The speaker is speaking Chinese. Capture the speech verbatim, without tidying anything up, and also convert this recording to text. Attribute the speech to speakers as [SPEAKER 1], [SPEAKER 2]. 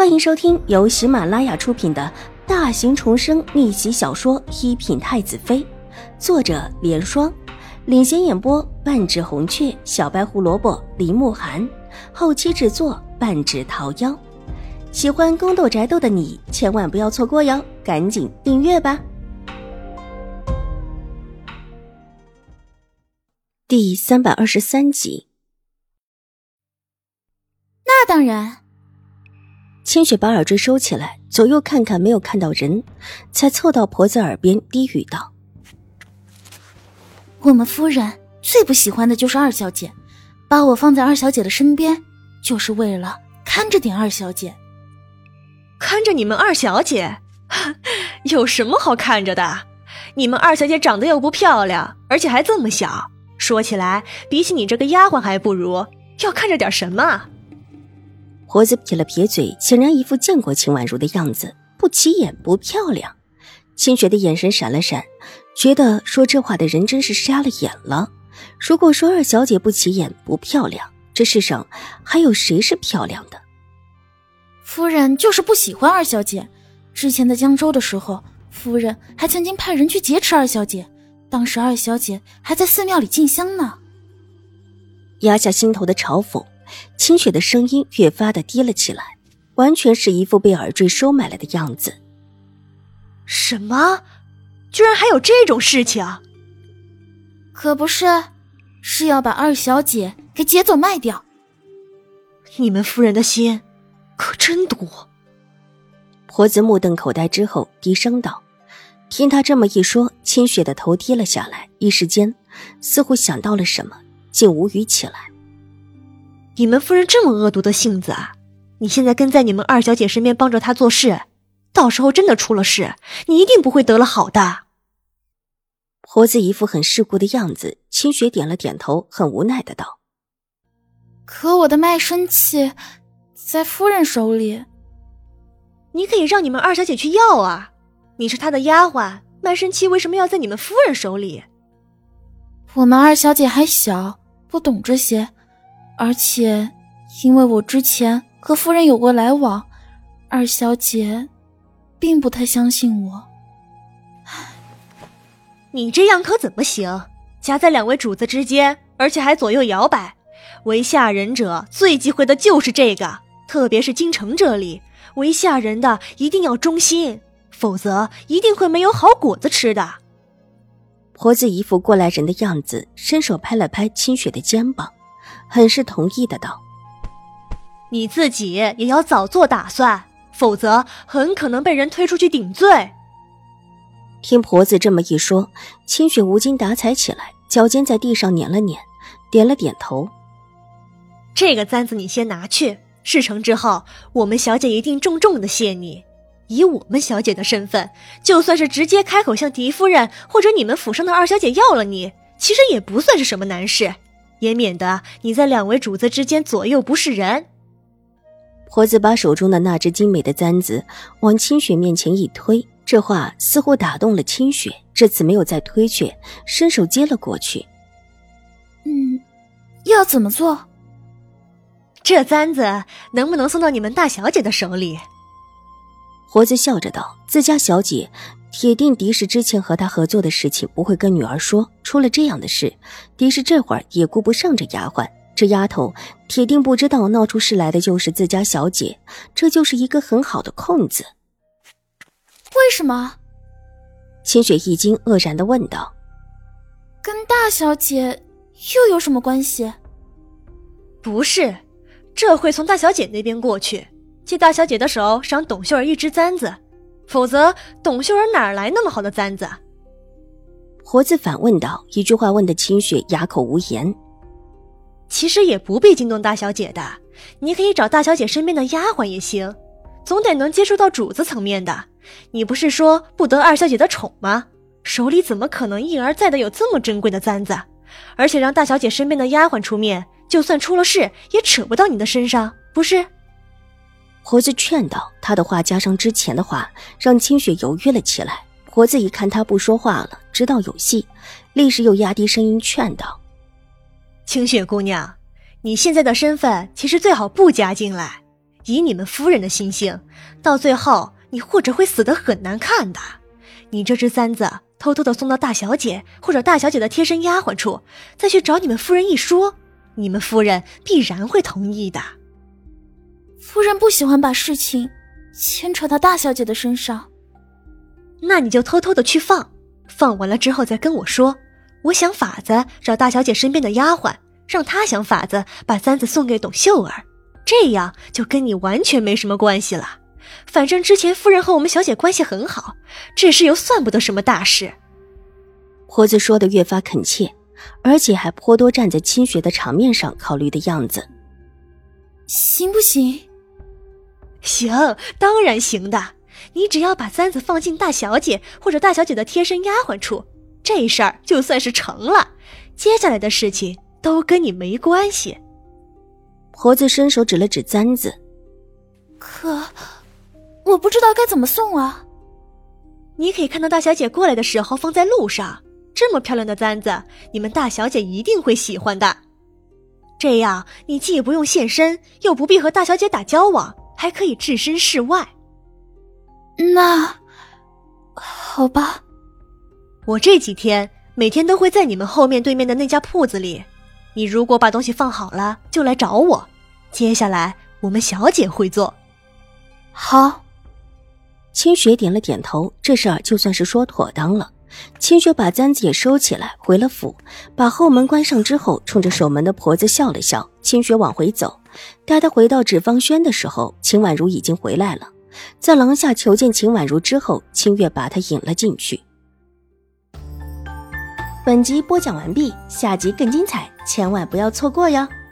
[SPEAKER 1] 欢迎收听由喜马拉雅出品的大型重生逆袭小说《一品太子妃》，作者莲霜，领衔演播半指红雀、小白胡萝卜、林慕寒，后期制作半指桃夭。喜欢宫斗宅斗的你千万不要错过哟，赶紧订阅吧。第三百二十三集。
[SPEAKER 2] 那当然。
[SPEAKER 1] 清雪把耳坠收起来，左右看看没有看到人，才凑到婆子耳边低语道：
[SPEAKER 2] 我们夫人最不喜欢的就是二小姐，把我放在二小姐的身边，就是为了看着点二小姐。
[SPEAKER 3] 看着你们二小姐？有什么好看着的？你们二小姐长得又不漂亮，而且还这么小，说起来比起你这个丫鬟还不如，要看着点什么？
[SPEAKER 1] 婆子撇了撇嘴，显然一副见过秦婉如的样子，不起眼不漂亮。清雪的眼神闪了闪，觉得说这话的人真是瞎了眼了。如果说二小姐不起眼不漂亮，这世上还有谁是漂亮的？
[SPEAKER 2] 夫人就是不喜欢二小姐。之前在江州的时候，夫人还曾经派人去劫持二小姐，当时二小姐还在寺庙里进香呢。
[SPEAKER 1] 压下心头的嘲讽，清雪的声音越发的低了起来，完全是一副被耳坠收买了的样子。
[SPEAKER 3] 什么？居然还有这种事情？
[SPEAKER 2] 可不是，是要把二小姐给劫走卖掉。
[SPEAKER 3] 你们夫人的心可真毒。
[SPEAKER 1] 婆子目瞪口呆之后低声道。听她这么一说，清雪的头低了下来，一时间似乎想到了什么，竟无语起来。
[SPEAKER 3] 你们夫人这么恶毒的性子啊！你现在跟在你们二小姐身边帮着她做事，到时候真的出了事，你一定不会得了好的。
[SPEAKER 1] 婆子一副很世故的样子，清雪点了点头，很无奈的道：
[SPEAKER 2] 可我的卖身契在夫人手里。
[SPEAKER 3] 你可以让你们二小姐去要啊，你是她的丫鬟，卖身契为什么要在你们夫人手里？
[SPEAKER 2] 我们二小姐还小，不懂这些，而且因为我之前和夫人有过来往，二小姐并不太相信我。
[SPEAKER 3] 你这样可怎么行？夹在两位主子之间，而且还左右摇摆，为下人者最忌讳的就是这个，特别是京城这里，为下人的一定要忠心，否则一定会没有好果子吃的。
[SPEAKER 1] 婆子一副过来人的样子，伸手拍了拍清雪的肩膀，很是同意的道：
[SPEAKER 3] 你自己也要早做打算，否则很可能被人推出去顶罪。
[SPEAKER 1] 听婆子这么一说，清雪无精打采起来，脚尖在地上碾了碾，点了点头。
[SPEAKER 3] 这个簪子你先拿去，事成之后，我们小姐一定重重的谢你。以我们小姐的身份，就算是直接开口向狄夫人或者你们府上的二小姐要了你，其实也不算是什么难事，也免得你在两位主子之间左右不是人。
[SPEAKER 1] 婆子把手中的那只精美的簪子往清雪面前一推，这话似乎打动了清雪，这次没有再推却，伸手接了过去。
[SPEAKER 2] 嗯，要怎么做？
[SPEAKER 3] 这簪子能不能送到你们大小姐的手里？
[SPEAKER 1] 婆子笑着道，自家小姐铁定狄氏之前和她合作的事情不会跟女儿说，出了这样的事，狄氏这会儿也顾不上这丫鬟，这丫头铁定不知道闹出事来的就是自家小姐，这就是一个很好的空子。
[SPEAKER 2] 为什么？
[SPEAKER 1] 清雪一惊愕然地问道。
[SPEAKER 2] 跟大小姐又有什么关系？
[SPEAKER 3] 不是，这会从大小姐那边过去，借大小姐的手赏董秀儿一只簪子，否则董秀儿哪来那么好的簪子？
[SPEAKER 1] 婆子反问道，一句话问得清雪哑口无言。
[SPEAKER 3] 其实也不必惊动大小姐的，你可以找大小姐身边的丫鬟也行，总得能接触到主子层面的。你不是说不得二小姐的宠吗？手里怎么可能一而再的有这么珍贵的簪子？而且让大小姐身边的丫鬟出面，就算出了事也扯不到你的身上，不是？
[SPEAKER 1] 婆子劝道，她的话加上之前的话，让清雪犹豫了起来。婆子一看她不说话了，知道有戏，立时又压低声音劝道：
[SPEAKER 3] 清雪姑娘，你现在的身份其实最好不加进来， 以你们夫人的心性，到最后你或者会死得很难看的。你这只簪子偷偷的送到大小姐或者大小姐的贴身丫鬟处，再去找你们夫人一说，你们夫人必然会同意的。
[SPEAKER 2] 夫人不喜欢把事情牵扯到大小姐的身上。
[SPEAKER 3] 那你就偷偷的去放，放完了之后再跟我说，我想法子找大小姐身边的丫鬟，让她想法子把簪子送给董秀儿，这样就跟你完全没什么关系了。反正之前夫人和我们小姐关系很好，这事又算不得什么大事。
[SPEAKER 1] 婆子说得越发恳切，而且还颇多站在清雪的场面上考虑的样子。
[SPEAKER 2] 行不行？
[SPEAKER 3] 行，当然行的。你只要把簪子放进大小姐或者大小姐的贴身丫鬟处，这事儿就算是成了，接下来的事情都跟你没关系。
[SPEAKER 1] 婆子伸手指了指簪子，
[SPEAKER 2] 可我不知道该怎么送啊。
[SPEAKER 3] 你可以看到大小姐过来的时候放在路上，这么漂亮的簪子，你们大小姐一定会喜欢的。这样你既不用现身，又不必和大小姐打交道，还可以置身事外。
[SPEAKER 2] 那好吧，
[SPEAKER 3] 我这几天每天都会在你们后面对面的那家铺子里，你如果把东西放好了就来找我，接下来我们小姐会做。
[SPEAKER 2] 好。
[SPEAKER 1] 清雪点了点头，这事儿就算是说妥当了。清雪把簪子也收起来，回了府，把后门关上之后，冲着守门的婆子笑了笑。清雪往回走，待她回到纸坊轩的时候，秦婉如已经回来了。在廊下求见秦婉如之后，清月把她引了进去。本集播讲完毕，下集更精彩，千万不要错过哟。